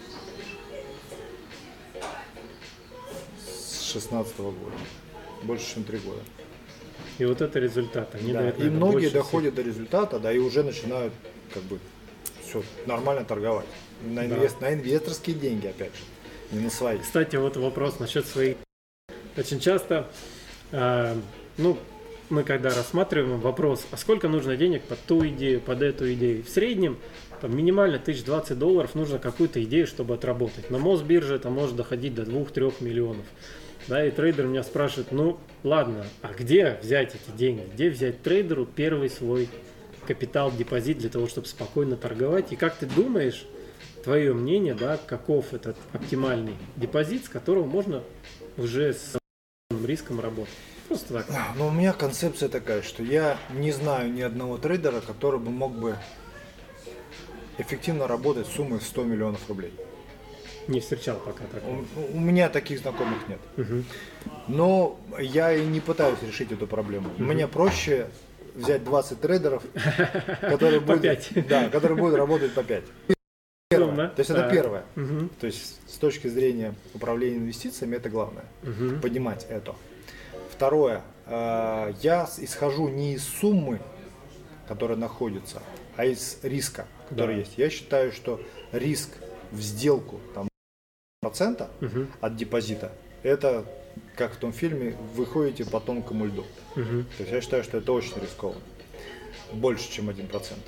с шестнадцатого года. Больше, чем три года. И вот это результат. Они Да, дают, и наверное, многие больше доходят до результата, да, и уже начинают как бы все нормально торговать. На, Да. инвест- на инвесторские деньги, опять же, не на свои. всех. Кстати, вот вопрос насчет своих. Очень часто, э, ну, мы когда рассматриваем вопрос, а сколько нужно денег под ту идею, под эту идею, в среднем там, минимально тысяча двадцать долларов нужно какую-то идею, чтобы отработать. На Мосбирже это может доходить до двух-трёх миллионов. Да, и трейдер меня спрашивает, ну ладно, а где взять эти деньги? Где взять трейдеру первый свой капитал, депозит для того, чтобы спокойно торговать? И как ты думаешь, твое мнение, да, каков этот оптимальный депозит, с которого можно уже с риском работать? Просто так. Но у меня концепция такая, что я не знаю ни одного трейдера, который бы мог бы эффективно работать с суммой в сто миллионов рублей. Не встречал пока такого. У, у меня таких знакомых нет. Мгм. Но я и не пытаюсь решить эту проблему. Мне проще взять двадцать трейдеров, которые По будут, пять. да, которые будут работать по пять. Разумно. То есть это Так. первое. Мгм. То есть с точки зрения управления инвестициями это главное. Мгм. Поднимать это. Второе. э, Я с- исхожу не из суммы, которая находится, а из риска, который Да. есть. Я считаю, что риск в сделку там, процента Мгм. от депозита, это, как в том фильме, вы ходите по тонкому льду. Мгм. То есть я считаю, что это очень рискованно. Больше, чем один процент.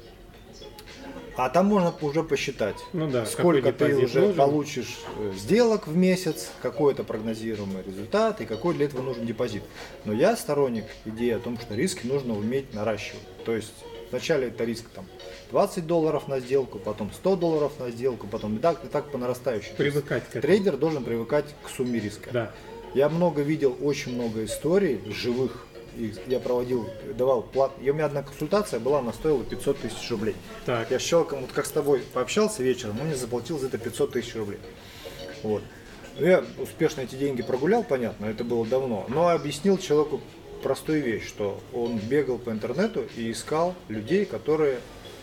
А там можно уже посчитать, Ну да, сколько какой ты депозит уже нужен. получишь э, сделок в месяц, какой это прогнозируемый результат и какой для этого нужен депозит. Но я сторонник идеи о том, что риски нужно уметь наращивать. То есть вначале это риск там, двадцать долларов на сделку, потом сто долларов на сделку, потом и так, и так по нарастающей. То есть Привыкать к этому. трейдер должен привыкать к сумме риска. Да. Я много видел, очень много историй живых. И я проводил, давал плат. И у меня одна консультация была, она стоила пятьсот тысяч рублей. Так. Я с человеком, вот как с тобой пообщался вечером, он мне заплатил за это пятьсот тысяч рублей. Вот. Ну, я успешно эти деньги прогулял, понятно, это было давно. Но объяснил человеку простую вещь, что он бегал по интернету и искал людей, которые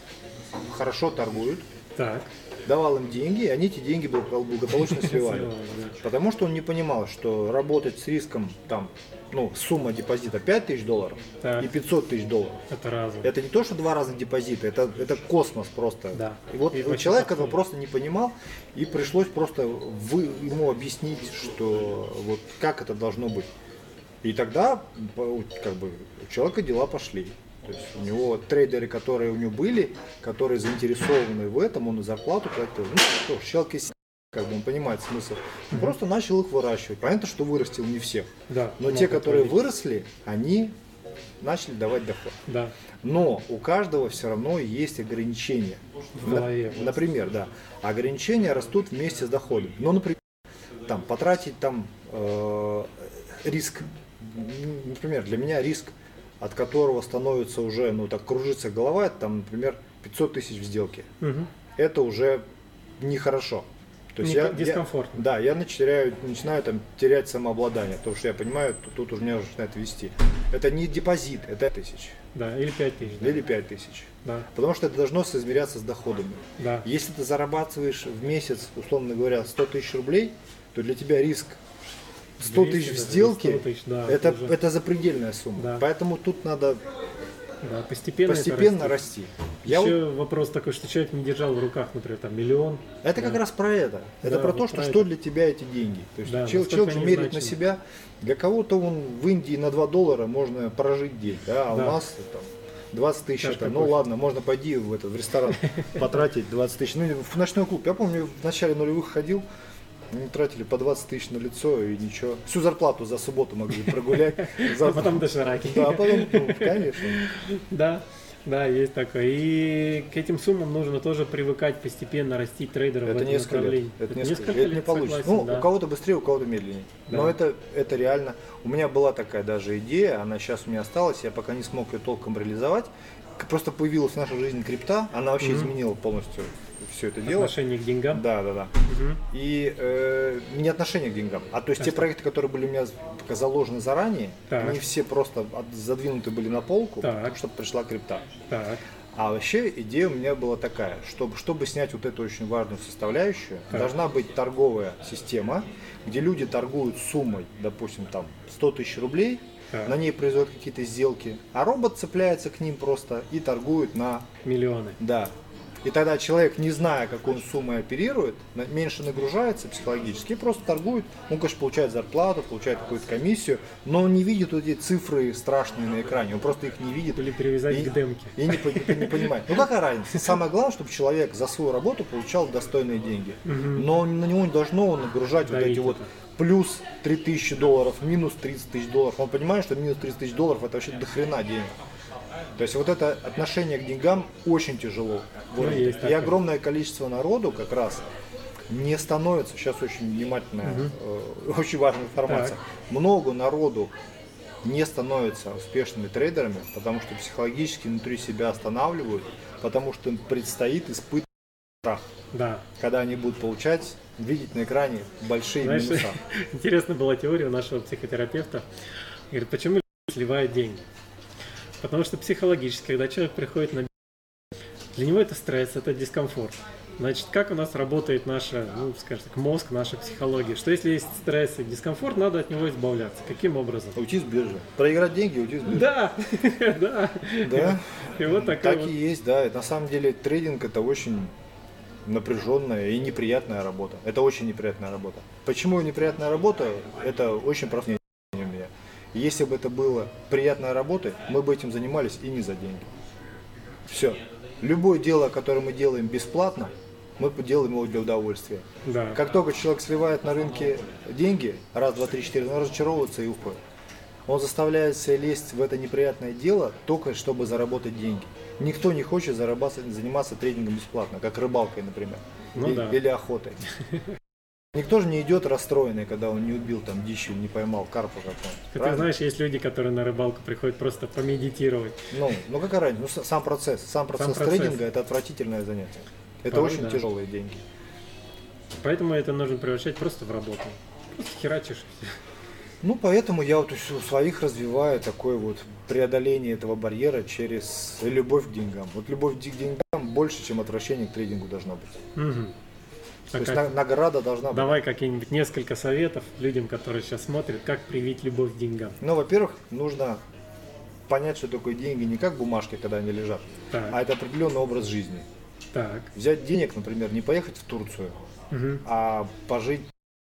хорошо торгуют, Так. давал им деньги, и они эти деньги благополучно сливали. Потому что он не понимал, что работать с риском, там, ну, сумма депозита пять тысяч долларов Так. и пятьсот тысяч долларов. Это разум. Это не то, что два разных депозита, это, это космос просто. Да. И вот И вот очень человек подходит. этого просто не понимал, и пришлось просто вы, ему объяснить, что вот как это должно быть. И тогда по- как бы, у человека дела пошли. То есть у него трейдеры, которые у него были, которые заинтересованы в этом, он и зарплату платил. Ну что ж, человек есть, как бы он понимает смысл. Он просто начал их выращивать. Понятно, что вырастил не всех. Да. Но те, много которые творить. выросли, они начали давать доход. Да. Но у каждого все равно есть ограничения. В голове. На- Например, да. Ограничения растут вместе с доходом. Ну, например, там, потратить там э, риск. М, Например, для меня риск, от которого становится уже, ну так кружится голова, это там, например, пятьсот тысяч в сделке. Мгм. Это уже нехорошо. То есть Не- я, дискомфортно. Я, да, я начинаю, начинаю там терять самообладание, потому что я понимаю, тут, тут уже меня уже начинает вести. Это не депозит, это тысяч Да. Или пять тысяч. Да. или пять тысяч. Да. Потому что это должно соизмеряться с доходами. Да. Если ты зарабатываешь в месяц, условно говоря, сто тысяч рублей, то для тебя риск сто тысяч в двести, да, сделке, сто тысяч, да, это, уже. это запредельная сумма. Да. Поэтому тут надо Да. Постепенно. это постепенно растет. расти. Я Еще вот- вопрос такой, что человек не держал в руках, например, там миллион. это как Да. раз про это. Это Да, про вот то, что, про что это. для тебя эти деньги. То есть Да, чел- насколько человек же они меряет на значимы. себя. Для кого-то он в Индии на два доллара можно прожить день, да, а Да. у нас там двадцать тысяч. Чашка Это, ну кофе. ладно, можно пойти в, этот, в ресторан потратить двадцать тысяч. Ну, в ночной клуб. Я помню, в начале нулевых ходил, они тратили по двадцать тысяч на лицо и ничего. Всю зарплату за субботу могли прогулять. За- А потом дошираки. Да, а потом, ну, конечно. Да, да, есть такое. И к этим суммам нужно тоже привыкать, постепенно растить трейдера в Это этом несколько лет. направлении. Это несколько лет. Это не получится. согласен, Ну, да. у кого-то быстрее, у кого-то медленнее. Да. Но это, это реально. У меня была такая даже идея, она сейчас у меня осталась, я пока не смог ее толком реализовать. К- Просто появилась в нашей жизни крипта, она вообще Мгм. изменила полностью все это дело. Отношение к деньгам. Да, да, да. Мгм. И э, не отношение к деньгам, а то есть А те что? проекты, которые были у меня пока заложены заранее, Так. они все просто от- задвинуты были на полку, Так. чтобы пришла крипта. Так, А вообще идея у меня была такая, чтобы, чтобы снять вот эту очень важную составляющую, Так. должна быть торговая система, где люди торгуют суммой, допустим, там сто тысяч рублей, Так. на ней производят какие-то сделки, а робот цепляется к ним просто и торгует на, миллионы. да. И тогда человек, не зная, какой он суммой оперирует, на- меньше нагружается психологически и просто торгует. Он, конечно, получает зарплату, получает какую-то комиссию, но он не видит вот эти цифры страшные на экране, он просто их не видит. Или привязать И- к демке. И не, по- не понимает. Ну какая разница? Самое главное, чтобы человек за свою работу получал достойные деньги. Мгм. Но на него не должно нагружать вот Давить эти вот это. плюс три тысячи долларов, минус тридцать тысяч долларов. Он понимает, что минус тридцать тысяч долларов это вообще дохрена денег. То есть вот это отношение к деньгам очень тяжело. Ну, Вот. есть И такое. огромное количество народу как раз не становится, сейчас очень внимательная, э, очень важная информация, Так. много народу не становятся успешными трейдерами, потому что психологически внутри себя останавливают, потому что им предстоит испытывать страх, Да. когда они будут получать, видеть на экране большие Знаешь, минуса. интересная была теория у нашего психотерапевта. Говорит, почему люди сливают деньги? Потому что психологически, когда человек приходит на бизнес, для него это стресс, это дискомфорт. Значит, как у нас работает наша, ну, скажем так, мозг, наша психология? Что если есть стресс и дискомфорт, надо от него избавляться. Каким образом? Уйти с биржи. Проиграть деньги, уйти с биржи. Да, да. Да? И вот такая Так вот. и есть, да. И на самом деле трейдинг это очень напряженная и неприятная работа. Это очень неприятная работа. Почему неприятная работа? Это очень простое мнение у меня. Если бы это было приятной работой, мы бы этим занимались и не за деньги. Все. Любое дело, которое мы делаем бесплатно, мы делаем его для удовольствия. Да. Как только человек сливает на рынке деньги, раз, два, три, четыре, он разочаровывается и уходит. Он заставляет себя лезть в это неприятное дело только чтобы заработать деньги. Никто не хочет зарабатывать, заниматься трейдингом бесплатно, как рыбалкой, например, Ну и- да. или охотой. Никто же не идет расстроенный, когда он не убил там дичь, не поймал карпа какого-нибудь. Ты правильно? знаешь, есть люди, которые на рыбалку приходят просто помедитировать. Ну, ну какая разница? Ну, с- сам процесс. Сам процесс процесс. трейдинга это отвратительное занятие. Это Порой, очень да. тяжелые деньги. Поэтому это нужно превращать просто в работу. Просто херачишь. и всё. Ну, поэтому я вот у своих развиваю такое вот преодоление этого барьера через любовь к деньгам. Вот любовь к деньгам больше, чем отвращение к трейдингу должна быть. Угу. То есть на- награда должна быть. Давай какие-нибудь несколько советов людям, которые сейчас смотрят, как привить любовь к деньгам. Ну, во-первых, нужно понять, что такое деньги не как бумажки, когда они лежат, Так. а это определенный образ жизни. Так. Взять денег, например, не поехать в Турцию, Угу. а пожить,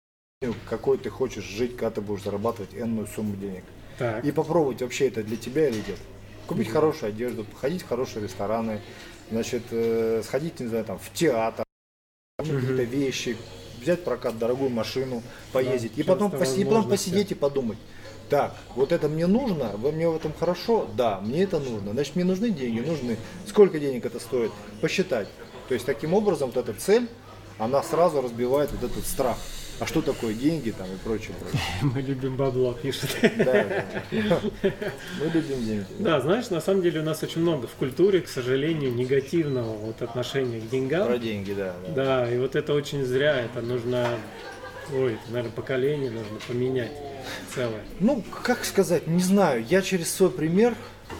какой ты хочешь жить, когда ты будешь зарабатывать энную сумму денег. Так. И попробовать, вообще это для тебя или нет. Купить Мгм. хорошую одежду, ходить в хорошие рестораны, значит, э, сходить, не знаю, там, в театр, Мгм. какие-то вещи, взять прокат дорогую машину, поездить, и сейчас потом, это поси- и потом возможно посидеть и подумать. Так, вот это мне нужно, вы мне в этом хорошо, да, мне это нужно. Значит, мне нужны деньги, нужны. Сколько денег это стоит? Посчитать. То есть таким образом вот эта цель, она сразу разбивает вот этот страх. А что такое деньги там и прочее, прочее. Мы любим бабло, пишет. Да, да, да. Мы любим деньги. Да, знаешь, на самом деле у нас очень много в культуре, к сожалению, негативного вот отношения к деньгам. Про деньги, да. да. Да, и вот это очень зря, это нужно, ой, это, наверное, поколение нужно поменять целое. Ну, как сказать, не знаю. Я через свой пример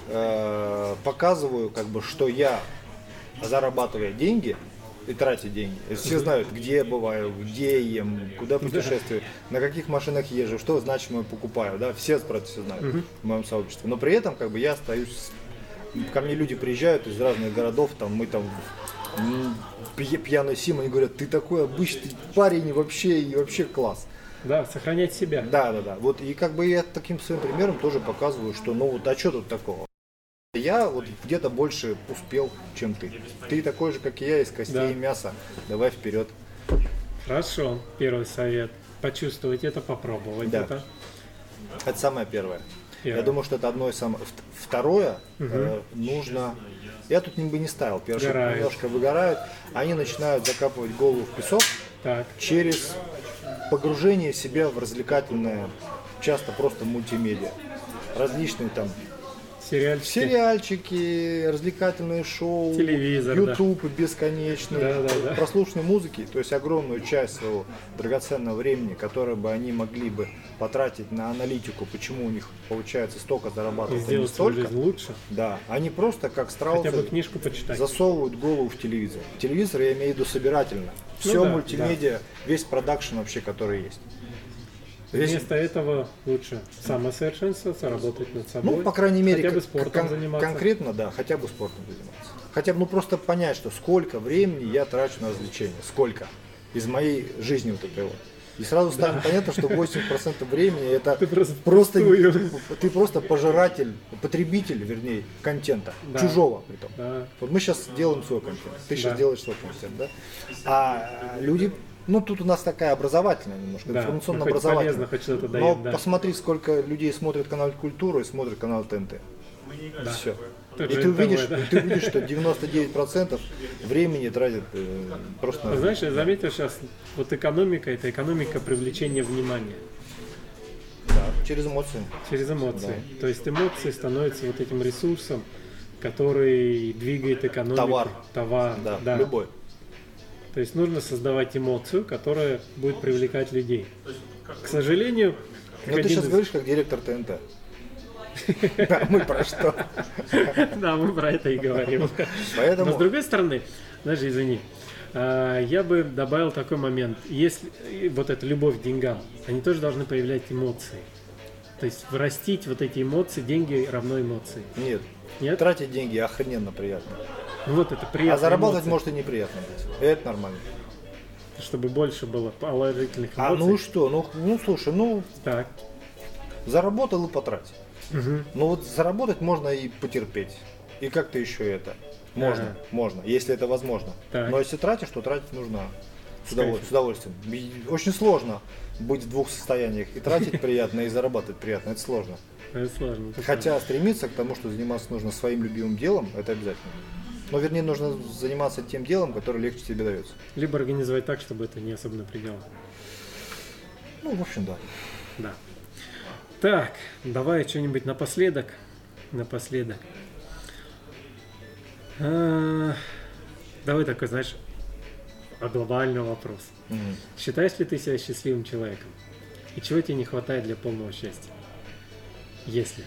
э, показываю, как бы, что я, зарабатывая деньги и тратя деньги, все знают, где я бываю, где ем, куда путешествую, на каких машинах езжу, что значимое покупаю, да, все про это все знают в моем сообществе. Но при этом, как бы, я остаюсь, ко мне люди приезжают из разных городов, там, мы там м, пья- пьяный Сим, они говорят, ты такой обычный парень вообще, и вообще класс. Да, сохранять себя. Да, да, да. Вот и как бы я таким своим примером тоже показываю, что ну вот а что тут такого? Я вот где-то больше успел, чем ты. Ты такой же, как и я, из костей Да. и мяса. Давай вперед. Хорошо, первый совет. Почувствовать это, попробовать Да. это. Это самое первое. Первое. Я думаю, что это одно из самых. Вт- Второе, э, нужно. Я тут бы не ставил. Первое, что Выгорают. немножко выгорают. Они начинают закапывать голову в песок Так, через погружение себя в развлекательное, часто просто мультимедиа. Различные там сериальчики. сериальчики, развлекательные шоу, Телевизор, YouTube бесконечный, Да, да, да. прослушивание музыки, то есть огромную часть своего драгоценного времени, которое бы они могли бы потратить на аналитику, почему у них получается столько И зарабатывать, а не сделать свою столько. жизнь лучше. Да, они просто как страусы Хотя бы книжку почитать. засовывают голову в телевизор. Телевизор я имею в виду собирательно. Все Ну да, мультимедиа, весь продакшн вообще, который есть. Весь- Вместо этого лучше самосовершенствоваться, работать над собой. Ну, по крайней мере, хотя бы кон- спортом кон- заниматься. конкретно, да, хотя бы спортом заниматься. Хотя бы, ну, просто понять, что сколько времени я трачу на развлечения, сколько из моей жизни вот этой вот. И сразу станет понятно, что восемьдесят процентов времени это Ты просто просто впустую. ты просто пожиратель, потребитель, вернее, контента, Да. чужого притом. Да. Вот мы сейчас делаем свой контент, ты сейчас Да. делаешь свой контент, да? А люди, ну тут у нас такая образовательная немножко, Да, ну, информационно-образовательная. хоть полезно, хоть что-то Но дает, да. посмотри, сколько людей смотрят канал Культуру и смотрят канал ТНТ. Да. Все. Тот И же ты увидишь, эн тэ вэ, да. и ты увидишь, что девяносто девять процентов времени тратят э, просто на А знаешь, я заметил сейчас, вот экономика – это экономика привлечения внимания да, через эмоции. через эмоции. То есть эмоции становятся вот этим ресурсом, который двигает экономику. Товар. Товар, Да, да. любой. То есть нужно создавать эмоцию, которая будет привлекать людей. К сожалению, Но как ты один сейчас из- говоришь как директор ТНТ. Да, мы про что? Да, мы про это и говорим. Но Поэтому с другой стороны, даже извини, а, я бы добавил такой момент. Если и вот эта любовь к деньгам, они тоже должны появлять эмоции. То есть вырастить вот эти эмоции, деньги равно эмоции. нет, Нет? тратить деньги охрененно приятно. Ну вот это приятно. А заработать может и неприятно быть. Это нормально. Чтобы больше было положительных эмоций. А ну что, ну, ну слушай, ну Так. заработал и потратил. Мгм. Ну вот заработать можно и потерпеть. И как-то еще это. Можно, Ага. можно, если это возможно. Так. Но если тратишь, то тратить нужно с, С удоволь- кайфом. с удовольствием. И очень сложно быть в двух состояниях. И тратить приятно, и зарабатывать приятно. Это сложно. Это сложно. это Хотя стремиться к тому, что заниматься нужно своим любимым делом, это обязательно. Но вернее нужно заниматься тем делом, которое легче тебе дается. сложно. Либо организовать так, чтобы это не особо напрягало. Ну, в общем, да. Да. Так, давай что-нибудь напоследок. Напоследок. А, Давай такой, знаешь, глобальный вопрос. Мгм. Считаешь ли ты себя счастливым человеком? И чего тебе не хватает для полного счастья? Если.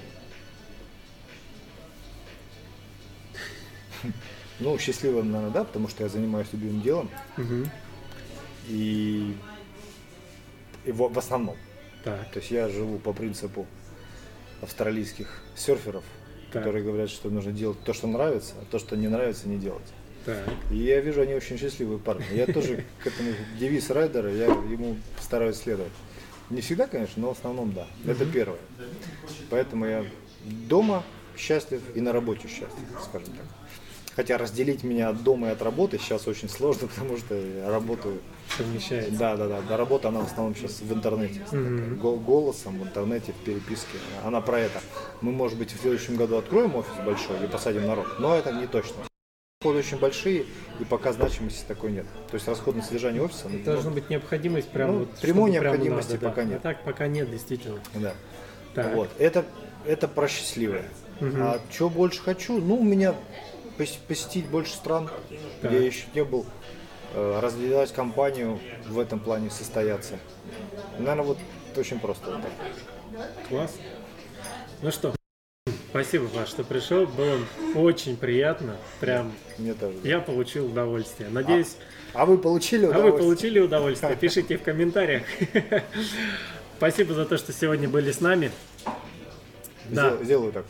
Ну, счастливым, наверное, да, потому что я занимаюсь любимым делом. Угу. И, и в, в основном. Так. То есть я живу по принципу австралийских серферов, Так. которые говорят, что нужно делать то, что нравится, а то, что не нравится, не делать. Так. И я вижу, они очень счастливые парни. Я тоже к этому девиз райдера, я ему стараюсь следовать. Не всегда, конечно, но в основном да. Это первое. Поэтому я дома счастлив и на работе счастлив, скажем так. Хотя разделить меня от дома и от работы сейчас очень сложно, потому что я работаю. Совмещается. Да, да, да. Да, работа она в основном сейчас в интернете. Мгм. Го- Голосом, в интернете, в переписке. Она про это. Мы, может быть, в следующем году откроем офис большой и посадим народ, но это не точно. Расходы очень большие, и пока значимости такой нет. То есть расход на содержание офиса. ну, Должна быть необходимость прям Ну, вот. прямой чтобы прям необходимости надо, да. пока нет. А так пока нет, действительно. Да. Так. Вот. Это, это про счастливое. Мгм. А что больше хочу? Ну, у меня пос- посетить больше стран, Так. где я еще не был, э, развивать компанию, в этом плане состояться. Наверное, вот очень просто вот так. Класс. Ну что, спасибо, Паш, что пришел. Было очень приятно. Прям Мне тоже. я получил удовольствие. Надеюсь, А вы получили а вы удовольствие? получили удовольствие. Пишите в комментариях. Спасибо за то, что сегодня были с нами. Да. Сдел- Сделаю так.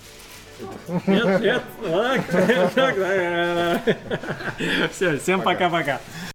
Нет, нет. Так, так, так. Все, всем пока-пока.